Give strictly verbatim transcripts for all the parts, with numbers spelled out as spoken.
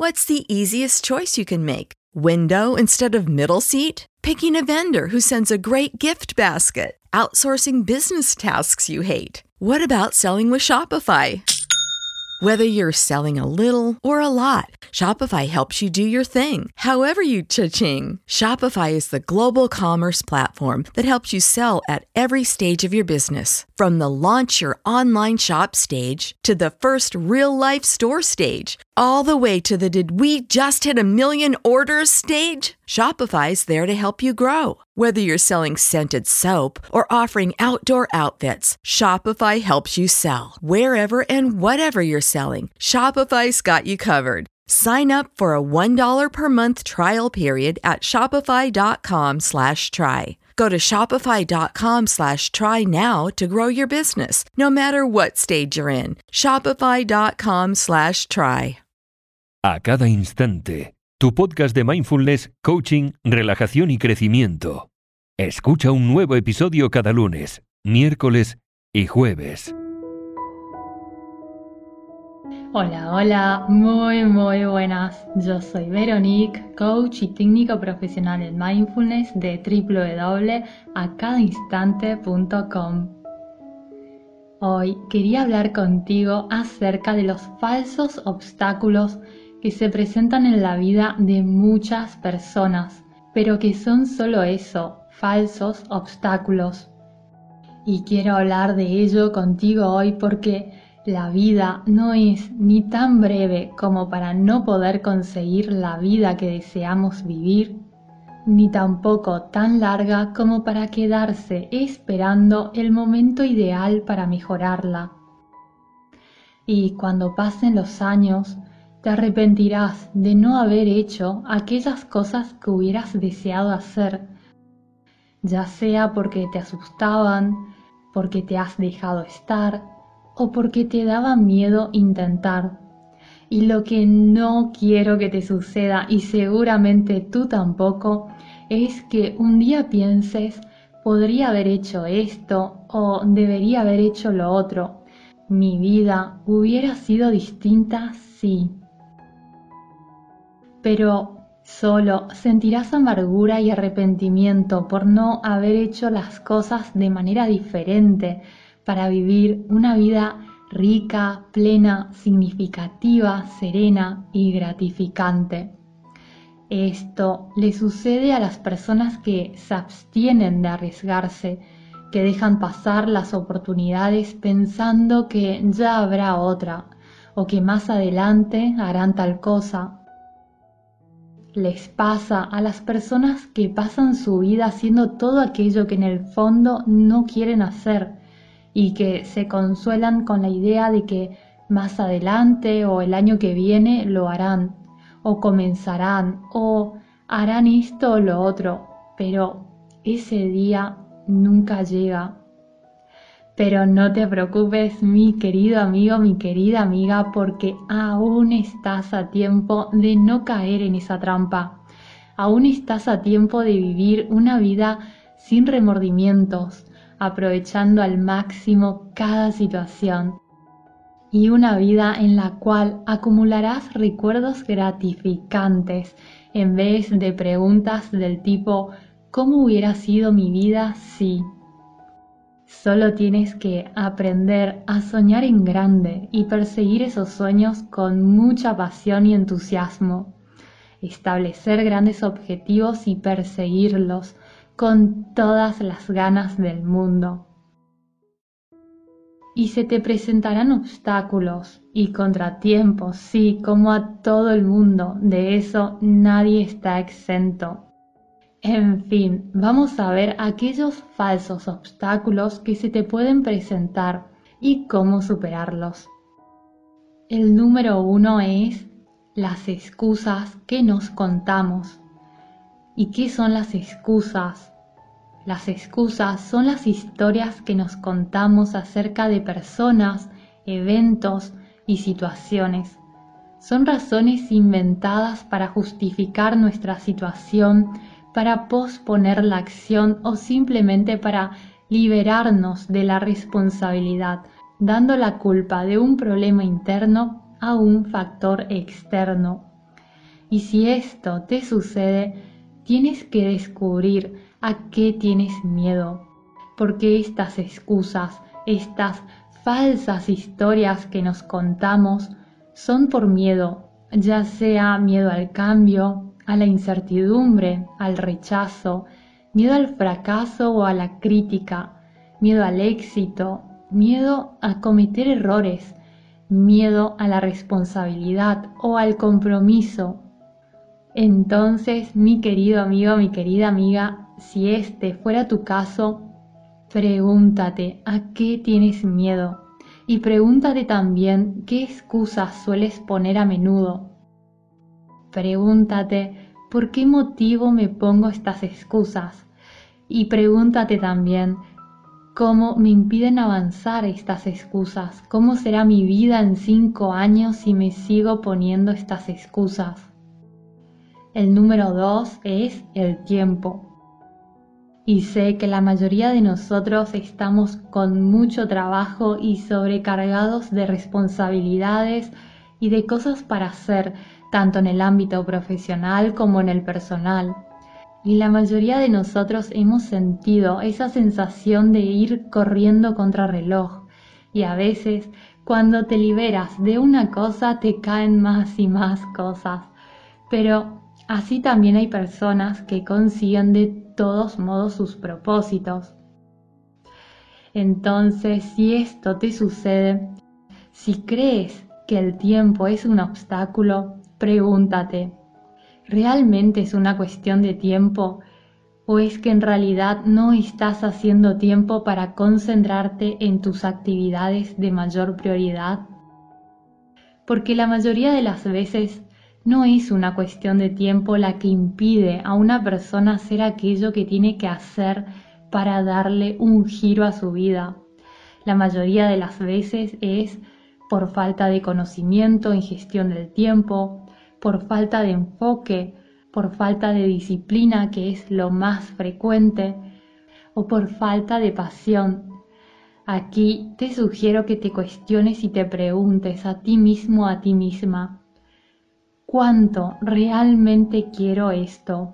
What's the easiest choice you can make? Window instead of middle seat? Picking a vendor who sends a great gift basket? Outsourcing business tasks you hate? What about selling with Shopify? Whether you're selling a little or a lot, Shopify helps you do your thing, however you cha-ching. Shopify is the global commerce platform that helps you sell at every stage of your business. From the launch your online shop stage to the first real-life store stage, all the way to the did we just hit a million orders stage. Shopify's there to help you grow. Whether you're selling scented soap or offering outdoor outfits, Shopify helps you sell. Wherever and whatever you're selling, Shopify's got you covered. Sign up for a one dollar per month trial period at shopify.com slash try. Go to shopify.com slash try now to grow your business, no matter what stage you're in. Shopify.com slash try. A cada instante, tu podcast de mindfulness, coaching, relajación y crecimiento. Escucha un nuevo episodio cada lunes, miércoles y jueves. Hola, hola, muy muy buenas. Yo soy Veronique, coach y técnico profesional en mindfulness de doble u doble u doble punto a cada instante punto com. Hoy quería hablar contigo acerca de los falsos obstáculos que se presentan en la vida de muchas personas, pero que son solo eso, falsos obstáculos. Y quiero hablar de ello contigo hoy porque la vida no es ni tan breve como para no poder conseguir la vida que deseamos vivir, ni tampoco tan larga como para quedarse esperando el momento ideal para mejorarla. Y cuando pasen los años, te arrepentirás de no haber hecho aquellas cosas que hubieras deseado hacer, ya sea porque te asustaban, porque te has dejado estar o porque te daba miedo intentar. Y lo que no quiero que te suceda, y seguramente tú tampoco, es que un día pienses, podría haber hecho esto o debería haber hecho lo otro. Mi vida hubiera sido distinta, sí. Pero solo sentirás amargura y arrepentimiento por no haber hecho las cosas de manera diferente para vivir una vida rica, plena, significativa, serena y gratificante. Esto le sucede a las personas que se abstienen de arriesgarse, que dejan pasar las oportunidades pensando que ya habrá otra o que más adelante harán tal cosa. Les pasa a las personas que pasan su vida haciendo todo aquello que en el fondo no quieren hacer y que se consuelan con la idea de que más adelante o el año que viene lo harán, o comenzarán, o harán esto o lo otro, pero ese día nunca llega. Pero no te preocupes, mi querido amigo, mi querida amiga, porque aún estás a tiempo de no caer en esa trampa. Aún estás a tiempo de vivir una vida sin remordimientos, aprovechando al máximo cada situación. Y una vida en la cual acumularás recuerdos gratificantes en vez de preguntas del tipo ¿cómo hubiera sido mi vida si? Solo tienes que aprender a soñar en grande y perseguir esos sueños con mucha pasión y entusiasmo. Establecer grandes objetivos y perseguirlos con todas las ganas del mundo. Y se te presentarán obstáculos y contratiempos, sí, como a todo el mundo, de eso nadie está exento. En fin, vamos a ver aquellos falsos obstáculos que se te pueden presentar y cómo superarlos. El número uno es las excusas que nos contamos. ¿Y qué son las excusas? Las excusas son las historias que nos contamos acerca de personas, eventos y situaciones. Son razones inventadas para justificar nuestra situación, para posponer la acción o simplemente para liberarnos de la responsabilidad, dando la culpa de un problema interno a un factor externo. Y si esto te sucede, tienes que descubrir a qué tienes miedo, porque estas excusas, estas falsas historias que nos contamos son por miedo, ya sea miedo al cambio, a la incertidumbre, al rechazo, miedo al fracaso o a la crítica, miedo al éxito, miedo a cometer errores, miedo a la responsabilidad o al compromiso. Entonces, mi querido amigo, mi querida amiga, si este fuera tu caso, pregúntate a qué tienes miedo y pregúntate también qué excusas sueles poner a menudo. Pregúntate por qué motivo me pongo estas excusas y pregúntate también cómo me impiden avanzar estas excusas, cómo será mi vida en cinco años si me sigo poniendo estas excusas. El número dos es el tiempo. Y sé que la mayoría de nosotros estamos con mucho trabajo y sobrecargados de responsabilidades y de cosas para hacer, tanto en el ámbito profesional como en el personal. Y la mayoría de nosotros hemos sentido esa sensación de ir corriendo contra reloj. Y a veces, cuando te liberas de una cosa, te caen más y más cosas. Pero así también hay personas que consiguen de todos modos sus propósitos. Entonces, si esto te sucede, si crees que el tiempo es un obstáculo, pregúntate, ¿realmente es una cuestión de tiempo? ¿O es que en realidad no estás haciendo tiempo para concentrarte en tus actividades de mayor prioridad? Porque la mayoría de las veces no es una cuestión de tiempo la que impide a una persona hacer aquello que tiene que hacer para darle un giro a su vida. La mayoría de las veces es por falta de conocimiento en gestión del tiempo, por falta de enfoque, por falta de disciplina, que es lo más frecuente, o por falta de pasión. Aquí te sugiero que te cuestiones y te preguntes a ti mismo, a ti misma, ¿cuánto realmente quiero esto?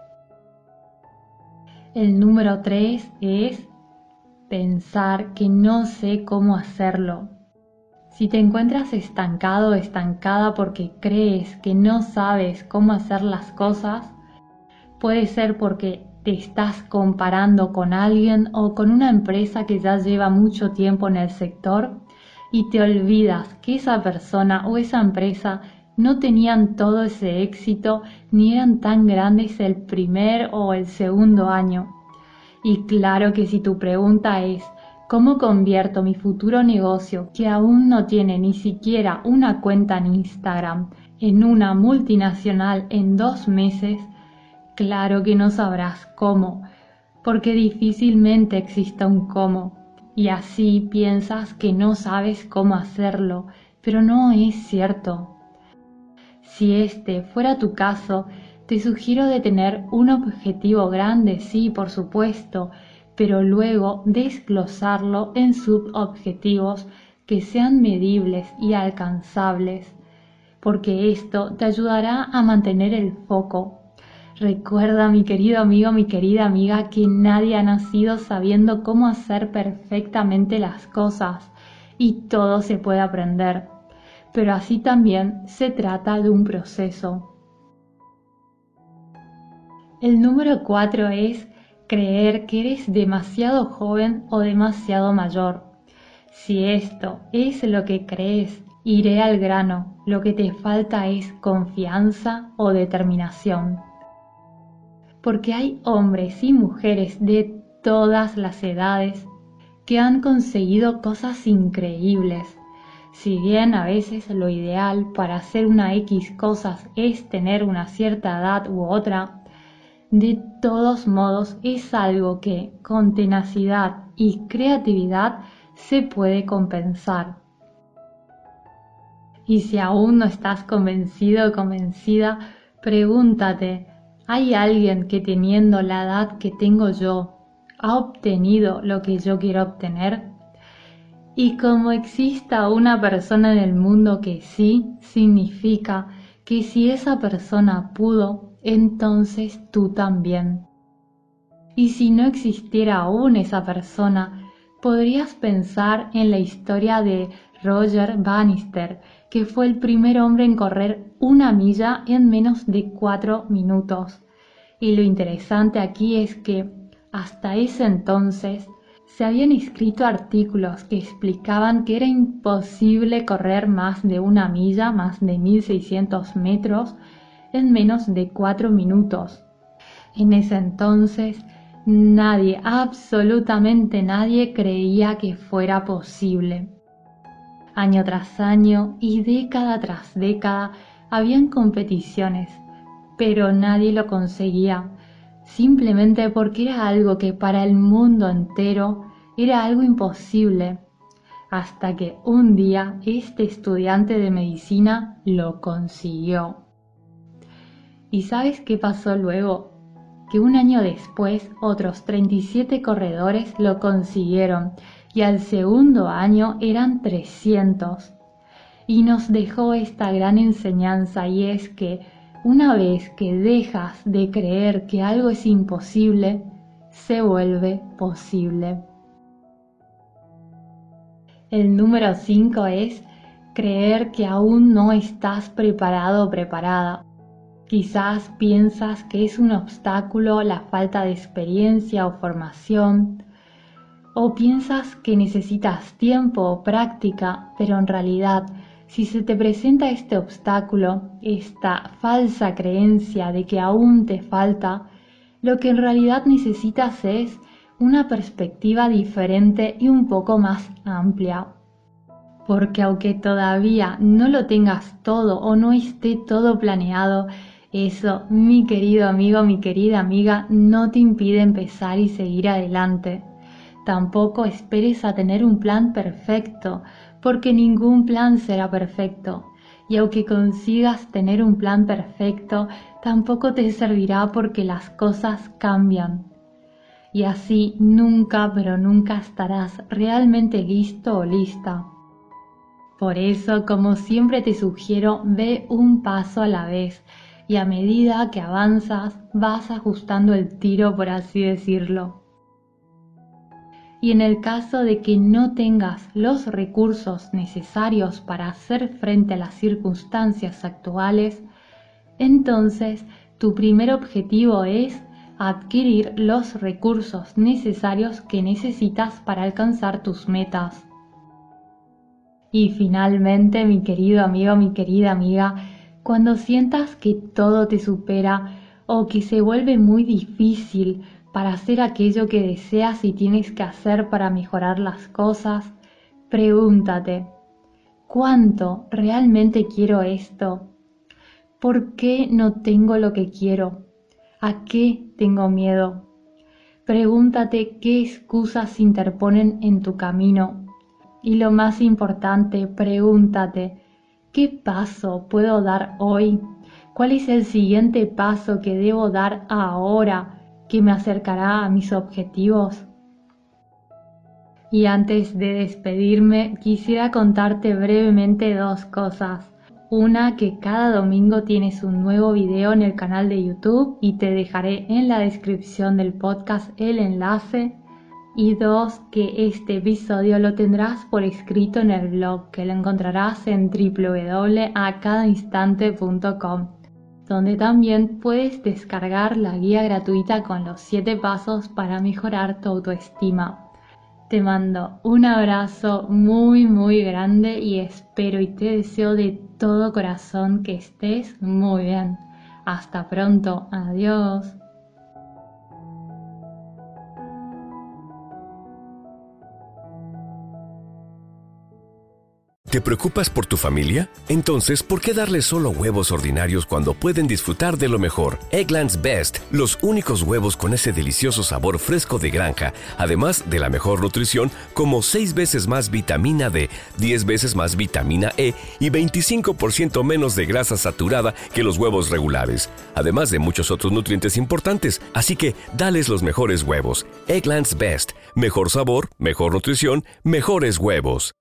El número tres es pensar que no sé cómo hacerlo. Si te encuentras estancado o estancada porque crees que no sabes cómo hacer las cosas, puede ser porque te estás comparando con alguien o con una empresa que ya lleva mucho tiempo en el sector y te olvidas que esa persona o esa empresa no tenían todo ese éxito ni eran tan grandes el primer o el segundo año. Y claro que si tu pregunta es ¿cómo convierto mi futuro negocio, que aún no tiene ni siquiera una cuenta en Instagram, en una multinacional en dos meses? Claro que no sabrás cómo, porque difícilmente exista un cómo. Y así piensas que no sabes cómo hacerlo, pero no es cierto. Si este fuera tu caso, te sugiero de tener un objetivo grande, sí, por supuesto, pero luego desglosarlo en subobjetivos que sean medibles y alcanzables, porque esto te ayudará a mantener el foco. Recuerda, mi querido amigo, mi querida amiga, que nadie ha nacido sabiendo cómo hacer perfectamente las cosas y todo se puede aprender, pero así también se trata de un proceso. El número cuatro es creer que eres demasiado joven o demasiado mayor. Si esto es lo que crees, iré al grano. Lo que te falta es confianza o determinación. Porque hay hombres y mujeres de todas las edades que han conseguido cosas increíbles. Si bien a veces lo ideal para hacer una X cosas es tener una cierta edad u otra, de todos modos es algo que con tenacidad y creatividad se puede compensar. Y si aún no estás convencido o convencida, pregúntate, ¿hay alguien que teniendo la edad que tengo yo ha obtenido lo que yo quiero obtener? Y como exista una persona en el mundo que sí, significa que si esa persona pudo, entonces tú también. Y si no existiera aún esa persona, podrías pensar en la historia de Roger Bannister, que fue el primer hombre en correr una milla en menos de cuatro minutos. Y lo interesante aquí es que hasta ese entonces se habían escrito artículos que explicaban que era imposible correr más de una milla, más de mil seiscientos metros, en menos de cuatro minutos. En ese entonces, nadie, absolutamente nadie, creía que fuera posible. Año tras año y década tras década habían competiciones, pero nadie lo conseguía, simplemente porque era algo que para el mundo entero era algo imposible, hasta que un día este estudiante de medicina lo consiguió. ¿Y sabes qué pasó luego? Que un año después otros treinta y siete corredores lo consiguieron y al segundo año eran trescientos. Y nos dejó esta gran enseñanza, y es que una vez que dejas de creer que algo es imposible, se vuelve posible. El número cinco es creer que aún no estás preparado o preparada. Quizás piensas que es un obstáculo la falta de experiencia o formación, o piensas que necesitas tiempo o práctica, pero en realidad, si se te presenta este obstáculo, esta falsa creencia de que aún te falta, lo que en realidad necesitas es una perspectiva diferente y un poco más amplia. Porque aunque todavía no lo tengas todo o no esté todo planeado, eso, mi querido amigo, mi querida amiga, no te impide empezar y seguir adelante. Tampoco esperes a tener un plan perfecto, porque ningún plan será perfecto. Y aunque consigas tener un plan perfecto, tampoco te servirá porque las cosas cambian. Y así nunca, pero nunca estarás realmente listo o lista. Por eso, como siempre te sugiero, ve un paso a la vez. Y a medida que avanzas, vas ajustando el tiro, por así decirlo. Y en el caso de que no tengas los recursos necesarios para hacer frente a las circunstancias actuales, entonces tu primer objetivo es adquirir los recursos necesarios que necesitas para alcanzar tus metas. Y finalmente, mi querido amigo, mi querida amiga, cuando sientas que todo te supera o que se vuelve muy difícil para hacer aquello que deseas y tienes que hacer para mejorar las cosas, pregúntate, ¿cuánto realmente quiero esto? ¿Por qué no tengo lo que quiero? ¿A qué tengo miedo? Pregúntate qué excusas se interponen en tu camino. Y lo más importante, pregúntate, ¿qué paso puedo dar hoy? ¿Cuál es el siguiente paso que debo dar ahora que me acercará a mis objetivos? Y antes de despedirme, quisiera contarte brevemente dos cosas. Una, que cada domingo tienes un nuevo video en el canal de YouTube y te dejaré en la descripción del podcast el enlace. Y dos, que este episodio lo tendrás por escrito en el blog, que lo encontrarás en w w w punto a cada instante punto com, donde también puedes descargar la guía gratuita con los siete pasos para mejorar tu autoestima. Te mando un abrazo muy muy grande y espero y te deseo de todo corazón que estés muy bien. Hasta pronto, adiós. ¿Te preocupas por tu familia? Entonces, ¿por qué darles solo huevos ordinarios cuando pueden disfrutar de lo mejor? Eggland's Best, los únicos huevos con ese delicioso sabor fresco de granja, además de la mejor nutrición, como seis veces más vitamina D, diez veces más vitamina E y veinticinco por ciento menos de grasa saturada que los huevos regulares, además de muchos otros nutrientes importantes. Así que, dales los mejores huevos. Eggland's Best, mejor sabor, mejor nutrición, mejores huevos.